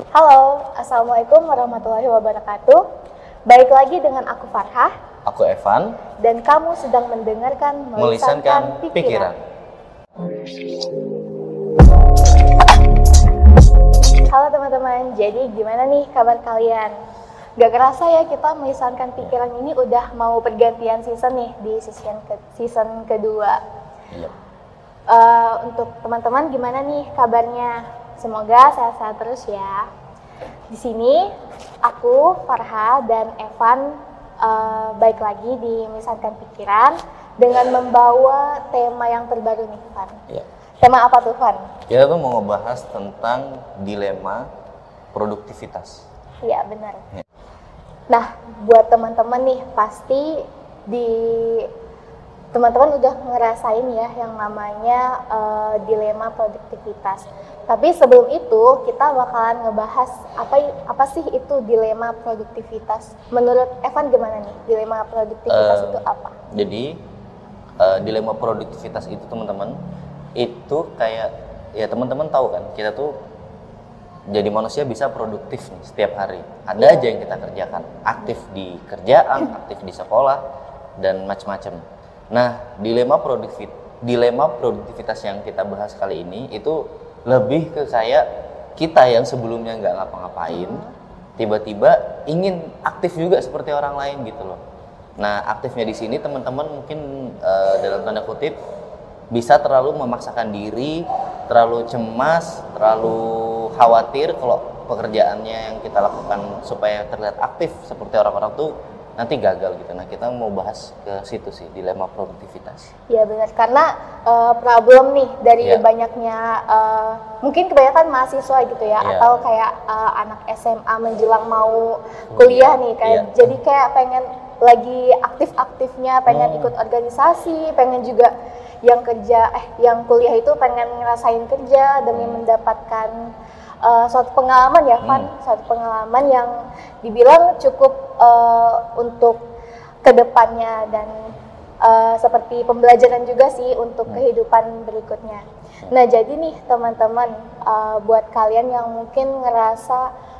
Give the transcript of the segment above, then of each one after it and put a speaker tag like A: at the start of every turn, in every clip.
A: Halo, Assalamualaikum warahmatullahi wabarakatuh. Baik lagi dengan aku Farhah.
B: Aku Evan.
A: Dan kamu sedang mendengarkan
B: Melisankan Pikiran.
A: Halo teman-teman, jadi gimana nih kabar kalian? Gak kerasa ya kita Melisankan Pikiran ini udah mau pergantian season nih di season kedua.
B: Iya.
A: Untuk teman-teman gimana nih kabarnya? Semoga sehat-sehat terus ya. Di sini aku, Farha, dan Evan baik lagi di Melisankan Pikiran dengan membawa tema yang terbaru nih, Van.
B: Iya.
A: Tema apa tuh, Van?
B: Kita tuh mau ngebahas tentang dilema produktivitas.
A: Iya, benar.
B: Ya.
A: Nah, buat teman-teman nih, pasti teman-teman udah ngerasain ya yang namanya dilema produktivitas. Tapi sebelum itu kita bakalan ngebahas apa sih itu dilema produktivitas. Menurut Evan gimana nih dilema produktivitas itu apa?
B: Jadi dilema produktivitas itu teman-teman itu kayak ya teman-teman tahu kan kita tuh jadi manusia bisa produktif nih setiap hari. Ada aja yang kita kerjakan, aktif di kerjaan, aktif di sekolah dan macam-macam. Nah, dilema produktivitas yang kita bahas kali ini itu lebih ke kayak kita yang sebelumnya nggak ngapa-ngapain, tiba-tiba ingin aktif juga seperti orang lain gitu loh. Nah, aktifnya di sini teman-teman mungkin dalam tanda kutip bisa terlalu memaksakan diri, terlalu cemas, terlalu khawatir kalau pekerjaannya yang kita lakukan supaya terlihat aktif seperti orang-orang tuh nanti gagal gitu. Nah, kita mau bahas ke situ sih, dilema produktivitas.
A: Iya benar, karena problem nih dari banyaknya mungkin kebanyakan mahasiswa gitu ya, atau kayak anak SMA menjelang mau kuliah nih, kayak jadi kayak pengen lagi aktif-aktifnya, pengen ikut organisasi, pengen juga yang kuliah itu pengen ngerasain kerja demi mendapatkan suatu pengalaman ya, Van, suatu pengalaman yang dibilang cukup untuk kedepannya dan seperti pembelajaran juga sih untuk kehidupan berikutnya. Nah, jadi nih teman-teman, buat kalian yang mungkin ngerasa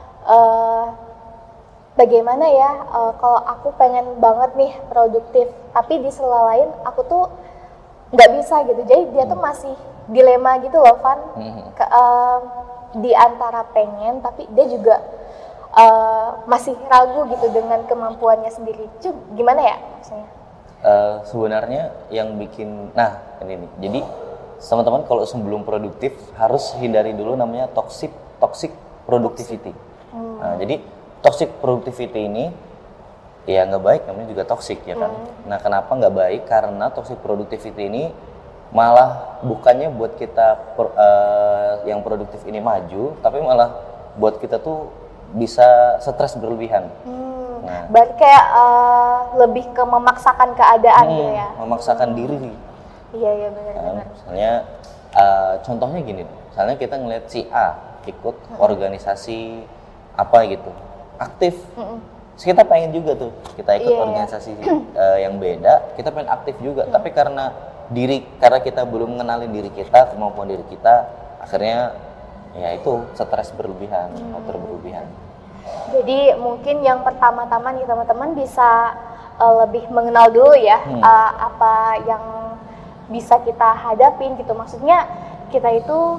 A: bagaimana ya kalau aku pengen banget nih produktif, tapi di sela lain aku tuh nggak bisa gitu. Jadi dia tuh masih dilema gitu loh, Van. Di antara pengen tapi dia juga masih ragu gitu dengan kemampuannya sendiri. Gimana ya maksudnya?
B: Sebenarnya yang bikin, nah ini nih. Jadi teman-teman kalau sebelum produktif harus hindari dulu namanya toxic productivity. Nah, jadi toxic productivity ini ya nggak baik, namanya juga toxic ya kan. Nah, kenapa nggak baik? Karena toxic productivity ini malah bukannya buat kita yang produktif ini maju, tapi malah buat kita tuh bisa stres berlebihan. Nah,
A: berarti kayak lebih ke memaksakan keadaan gitu ya?
B: Memaksakan diri.
A: Iya benar-benar.
B: Misalnya contohnya gini, misalnya kita ngeliat si A ikut organisasi apa gitu, aktif. Terus kita pengen juga tuh, kita ikut organisasi yang beda, kita pengen aktif juga, tapi karena kita belum mengenalin diri kita, kemampuan diri kita, akhirnya ya itu stres berlebihan, berlebihan.
A: Jadi mungkin yang pertama-tama nih teman-teman bisa lebih mengenal dulu ya apa yang bisa kita hadapin gitu. Maksudnya kita itu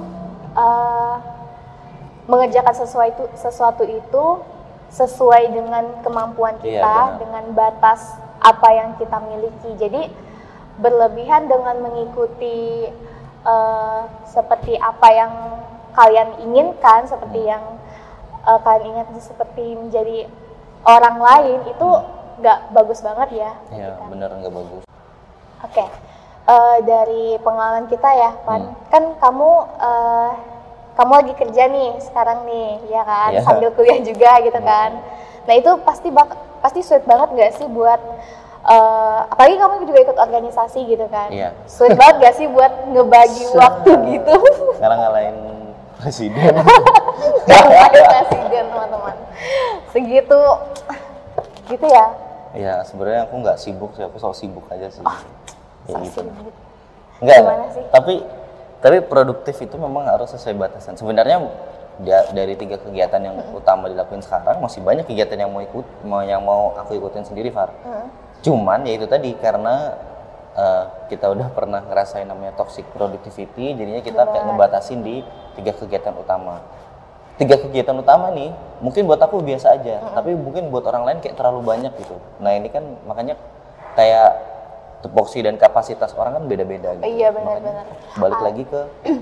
A: mengerjakan sesuatu itu sesuai dengan kemampuan kita, dengan batas apa yang kita miliki. Jadi berlebihan dengan mengikuti seperti apa yang kalian inginkan, seperti yang kalian ingat seperti menjadi orang lain, itu nggak bagus banget ya.
B: Iya bener, nggak bagus.
A: Oke. Dari pengalaman kita ya, Pan, kan kamu lagi kerja nih sekarang nih, ya kan, sambil kuliah juga gitu kan. Nah itu pasti sulit banget nggak sih buat apalagi kamu juga ikut organisasi gitu kan. Sulit banget gak sih buat ngebagi waktu gitu?
B: Ngalahin presiden.
A: Ngalahin presiden, teman-teman. Segitu gitu ya?
B: Ya sebenarnya aku nggak sibuk sih, aku selalu sibuk aja sih.
A: Ya gitu.
B: Enggak. Tapi produktif itu memang harus sesuai batasan. Sebenarnya dari 3 kegiatan yang utama dilakuin sekarang, masih banyak kegiatan yang mau aku ikutin sendiri, Far. Cuman ya itu tadi, karena kita udah pernah ngerasain namanya toxic productivity, jadinya kita kayak ngebatasin di 3 kegiatan utama. 3 kegiatan utama nih, mungkin buat aku biasa aja, tapi mungkin buat orang lain kayak terlalu banyak gitu. Nah ini kan makanya kayak tupoksi dan kapasitas orang kan beda-beda gitu.
A: Iya benar-benar.
B: Balik lagi ke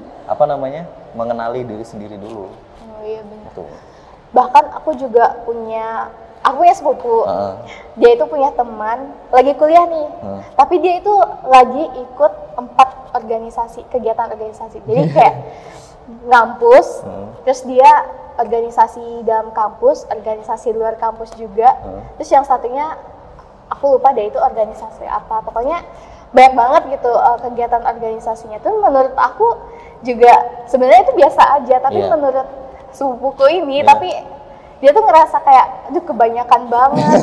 B: mengenali diri sendiri dulu.
A: Oh iya benar.
B: Gitu.
A: Bahkan aku punya sepupu. Dia itu punya teman lagi kuliah nih. Tapi dia itu lagi ikut 4 kegiatan organisasi. Jadi kayak ngampus, terus dia organisasi dalam kampus, organisasi luar kampus juga. Terus yang satunya aku lupa deh itu organisasi apa. Pokoknya banyak banget gitu kegiatan organisasinya tuh. Menurut aku juga sebenarnya itu biasa aja, tapi menurut sepupuku ini tapi dia tuh ngerasa kayak aduh kebanyakan banget.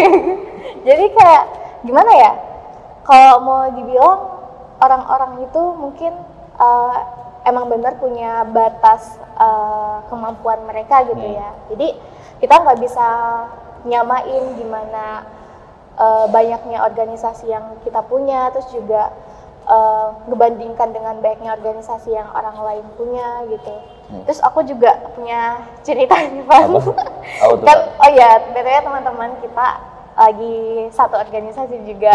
A: Jadi kayak gimana ya, kalau mau dibilang orang-orang itu mungkin emang benar punya batas kemampuan mereka gitu ya. Jadi kita nggak bisa nyamain gimana banyaknya organisasi yang kita punya, terus juga ngebandingkan dengan banyaknya organisasi yang orang lain punya gitu. Terus aku juga punya cerita nih, Pak. Kan, oh ya, betulnya teman-teman kita lagi satu organisasi juga.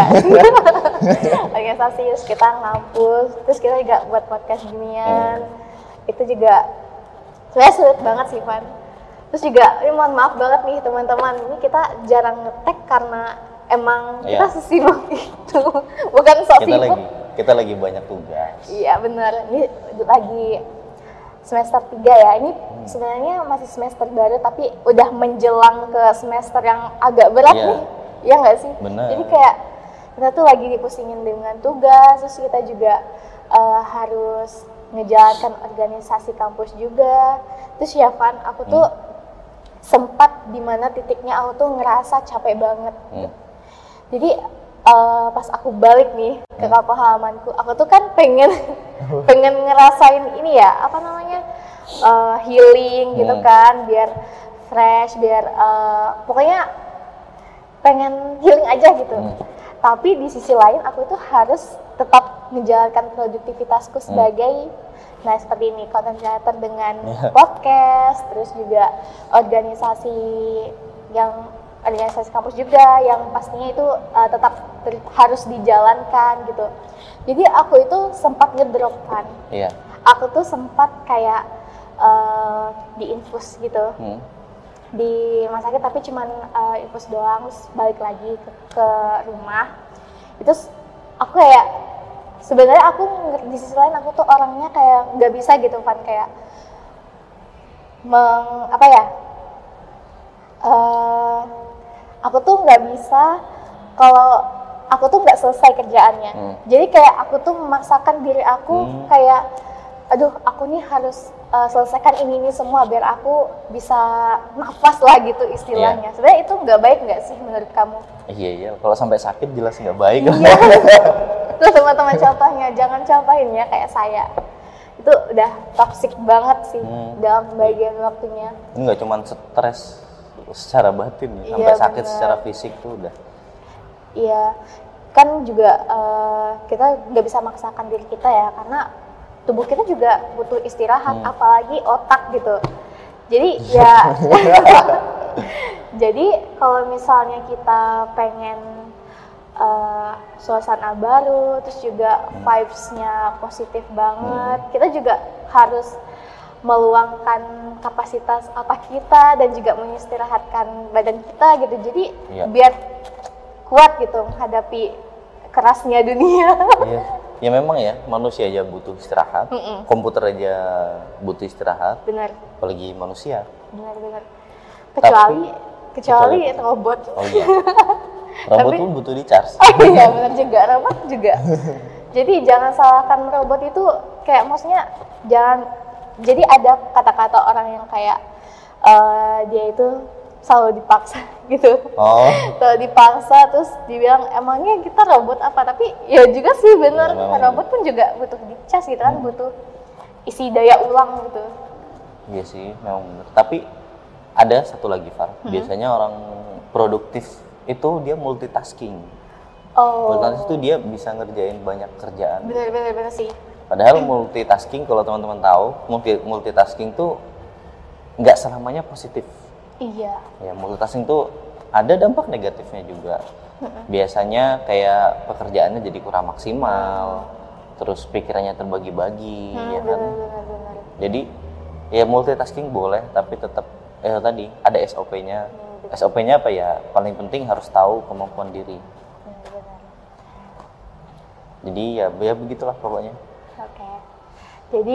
A: Organisasi, terus kita ngampus, terus kita juga buat podcast ginian. Itu juga sebenarnya sulit banget sih, Van. Terus juga, ini mohon maaf banget nih teman-teman, ini kita jarang ngetek karena emang kita sesibuk itu. Bukan sok sibuk.
B: Kita lagi banyak tugas.
A: Iya benar, ini lagi semester 3 ya. Ini sebenarnya masih semester baru tapi udah menjelang ke semester yang agak berat nih. Iya nggak sih?
B: Bener.
A: Jadi kayak kita tuh lagi dipusingin dengan tugas, terus kita juga harus ngejalankan organisasi kampus juga. Terus ya Van, aku tuh sempat dimana titiknya aku tuh ngerasa capek banget. Jadi pas aku balik nih ke kampung halamanku, aku tuh kan pengen ngerasain ini ya, apa namanya, healing gitu kan, biar fresh, biar pokoknya pengen healing aja gitu. Tapi di sisi lain aku tuh harus tetap menjalankan produktivitasku sebagai seperti ini, content creator dengan podcast, terus juga organisasi kampus juga yang pastinya itu tetap harus dijalankan gitu. Jadi aku itu sempat ngedrop kan. Aku tuh sempat kayak diinfus gitu di rumah sakit, tapi cuman infus doang, terus balik lagi ke rumah. Itu aku kayak sebenarnya aku di sisi lain aku tuh orangnya kayak nggak bisa gitu kan, kayak aku tuh nggak bisa kalau aku tuh nggak selesai kerjaannya. Jadi kayak aku tuh memaksakan diri aku kayak, aduh aku nih harus selesaikan ini semua biar aku bisa nafas lah gitu istilahnya. Sebenarnya itu nggak baik nggak sih menurut kamu?
B: Iya, kalau sampai sakit jelas nggak baik.
A: Iya. Tuh teman-teman contohnya, jangan contohin ya kayak saya. Itu udah toksik banget sih dalam bagian waktunya.
B: Ini nggak cuma stres secara batin ya, sampai sakit secara fisik tuh udah.
A: Iya, kan juga kita nggak bisa maksakan diri kita ya, karena tubuh kita juga butuh istirahat, apalagi otak gitu. Jadi ya, jadi kalau misalnya kita pengen suasana baru, terus juga vibes-nya positif banget, kita juga harus meluangkan kapasitas otak kita dan juga mengistirahatkan badan kita gitu. Jadi biar kuat gitu menghadapi kerasnya dunia.
B: Ya memang ya, manusia aja butuh istirahat, komputer aja butuh istirahat.
A: Benar.
B: Apalagi manusia.
A: Benar. Kecuali robot. Oh iya.
B: Robot pun butuh di charge.
A: Oh iya benar juga, robot juga. Jadi jangan salahkan robot itu, kayak maksudnya jangan. Jadi ada kata-kata orang yang kayak dia itu selalu dipaksa gitu. Selalu dipaksa, terus dibilang emangnya kita robot apa? Tapi ya juga sih bener, robot pun juga butuh dicas gitu kan, butuh isi daya ulang gitu.
B: Iya sih, memang benar. Tapi ada satu lagi, Far. Biasanya orang produktif itu dia multitasking. Multitasking itu dia bisa ngerjain banyak kerjaan.
A: Bener sih.
B: Padahal multitasking, kalau teman-teman tahu, multitasking tuh nggak selamanya positif.
A: Iya.
B: Ya, multitasking tuh ada dampak negatifnya juga. Biasanya kayak pekerjaannya jadi kurang maksimal, terus pikirannya terbagi-bagi, ya kan.
A: Benar.
B: Jadi ya multitasking boleh, tapi tetap tadi ada SOP-nya. SOP-nya apa ya? Paling penting harus tahu kemampuan diri.
A: Benar.
B: Jadi ya begitulah pokoknya.
A: Oke. Jadi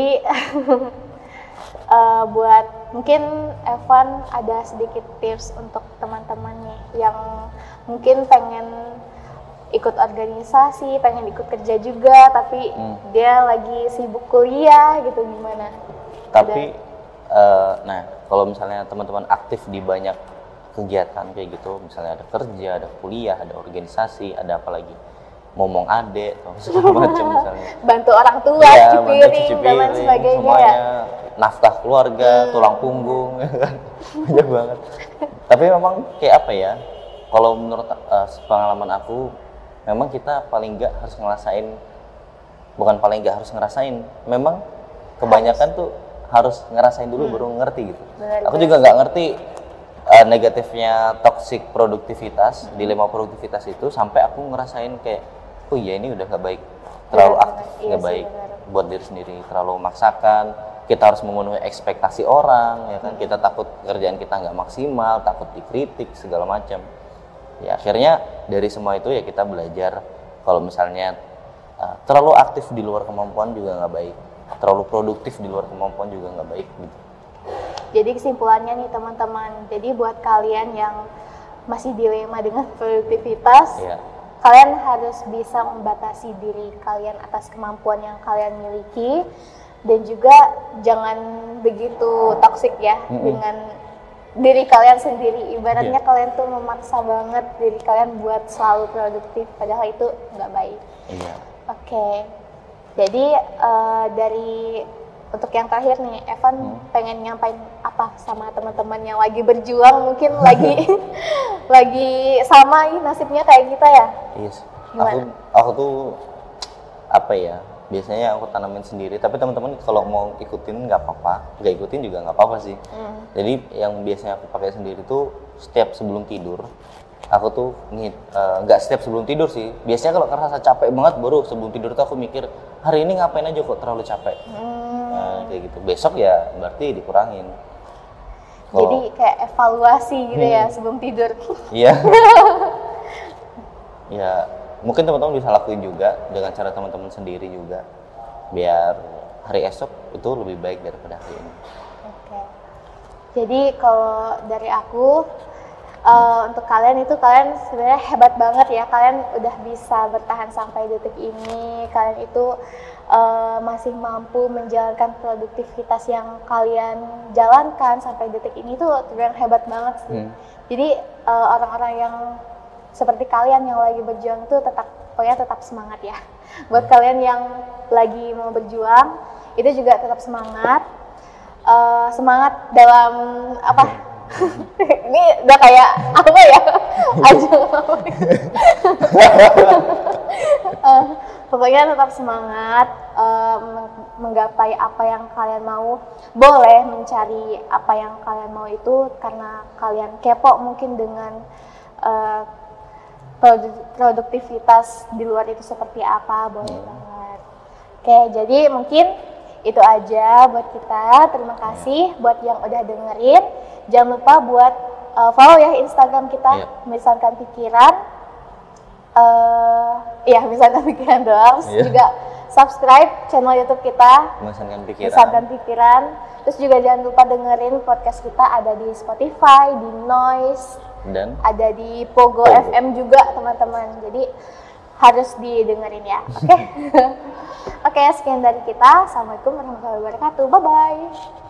A: buat mungkin Evan ada sedikit tips untuk teman-teman nih yang mungkin pengen ikut organisasi, pengen ikut kerja juga, tapi dia lagi sibuk kuliah gitu, gimana?
B: Tapi nah kalau misalnya teman-teman aktif di banyak kegiatan kayak gitu, misalnya ada kerja, ada kuliah, ada organisasi, ada apa lagi, ngomong adek atau segala macam misalnya,
A: bantu orang tua,
B: ya,
A: cuci piring dan lain sebagainya,
B: semuanya, nafkah keluarga, tulang punggung, banyak banget. Tapi memang kayak apa ya, kalau menurut pengalaman aku, memang kita paling nggak harus ngerasain, bukan paling nggak harus ngerasain, memang kebanyakan tuh harus ngerasain dulu baru ngerti gitu. Aku juga nggak ngerti negatifnya toxic produktivitas, dilema produktivitas itu, sampai aku ngerasain kayak, oh iya ini udah nggak baik, terlalu aktif, nggak baik buat diri sendiri, terlalu memaksakan, kita harus memenuhi ekspektasi orang, ya kan, kita takut kerjaan kita nggak maksimal, takut dikritik segala macam. Ya akhirnya dari semua itu ya kita belajar kalau misalnya terlalu aktif di luar kemampuan juga nggak baik, terlalu produktif di luar kemampuan juga nggak baik gitu.
A: Jadi kesimpulannya nih teman-teman, jadi buat kalian yang masih dilema dengan produktivitas, kalian harus bisa membatasi diri kalian atas kemampuan yang kalian miliki, dan juga jangan begitu toksik ya dengan diri kalian sendiri. Ibaratnya kalian tuh memaksa banget diri kalian buat selalu produktif, padahal itu nggak baik. Oke. Jadi dari untuk yang terakhir nih, Evan pengen nyampain apa sama teman-teman yang lagi berjuang, mungkin lagi sama nasibnya kayak kita ya?
B: Yes. Aku tuh apa ya? Biasanya aku tanamin sendiri, tapi teman-teman kalau mau ikutin nggak apa-apa, nggak ikutin juga nggak apa-apa sih. Jadi yang biasanya aku pakai sendiri tuh setiap sebelum tidur, aku tuh nggak setiap sebelum tidur sih. Biasanya kalau ngerasa capek banget baru sebelum tidur tuh aku mikir, hari ini ngapain aja kok terlalu capek. Kayak gitu. Besok ya berarti dikurangin.
A: Jadi kayak evaluasi gitu ya sebelum tidur.
B: Iya. Ya, mungkin teman-teman bisa lakuin juga dengan cara teman-teman sendiri juga, biar hari esok itu lebih baik daripada hari ini.
A: Oke. Jadi kalau dari aku, untuk kalian itu, kalian sebenarnya hebat banget ya, kalian udah bisa bertahan sampai detik ini, kalian itu masih mampu menjalankan produktivitas yang kalian jalankan sampai detik ini tuh terbilang hebat banget sih. Jadi orang-orang yang seperti kalian yang lagi berjuang itu pokoknya tetap semangat ya. Buat kalian yang lagi mau berjuang itu juga tetap semangat. Semangat dalam apa? Ini udah kayak apa ya? Pokoknya tetap semangat menggapai apa yang kalian mau. Boleh mencari apa yang kalian mau itu karena kalian kepo mungkin dengan produktivitas di luar itu seperti apa, boleh banget. Oke, jadi mungkin itu aja buat kita. Terima kasih buat yang udah dengerin. Jangan lupa buat follow ya Instagram kita, Misalkan Pikiran. Misalkan Pikiran doang. Terus juga subscribe channel YouTube kita, Misalkan Pikiran. Terus juga jangan lupa dengerin podcast kita, ada di Spotify, di Noise, dan ada di Pogo FM juga teman-teman. Jadi harus didengerin ya. Oke. Oke, sekian dari kita. Assalamualaikum warahmatullahi wabarakatuh. Bye bye.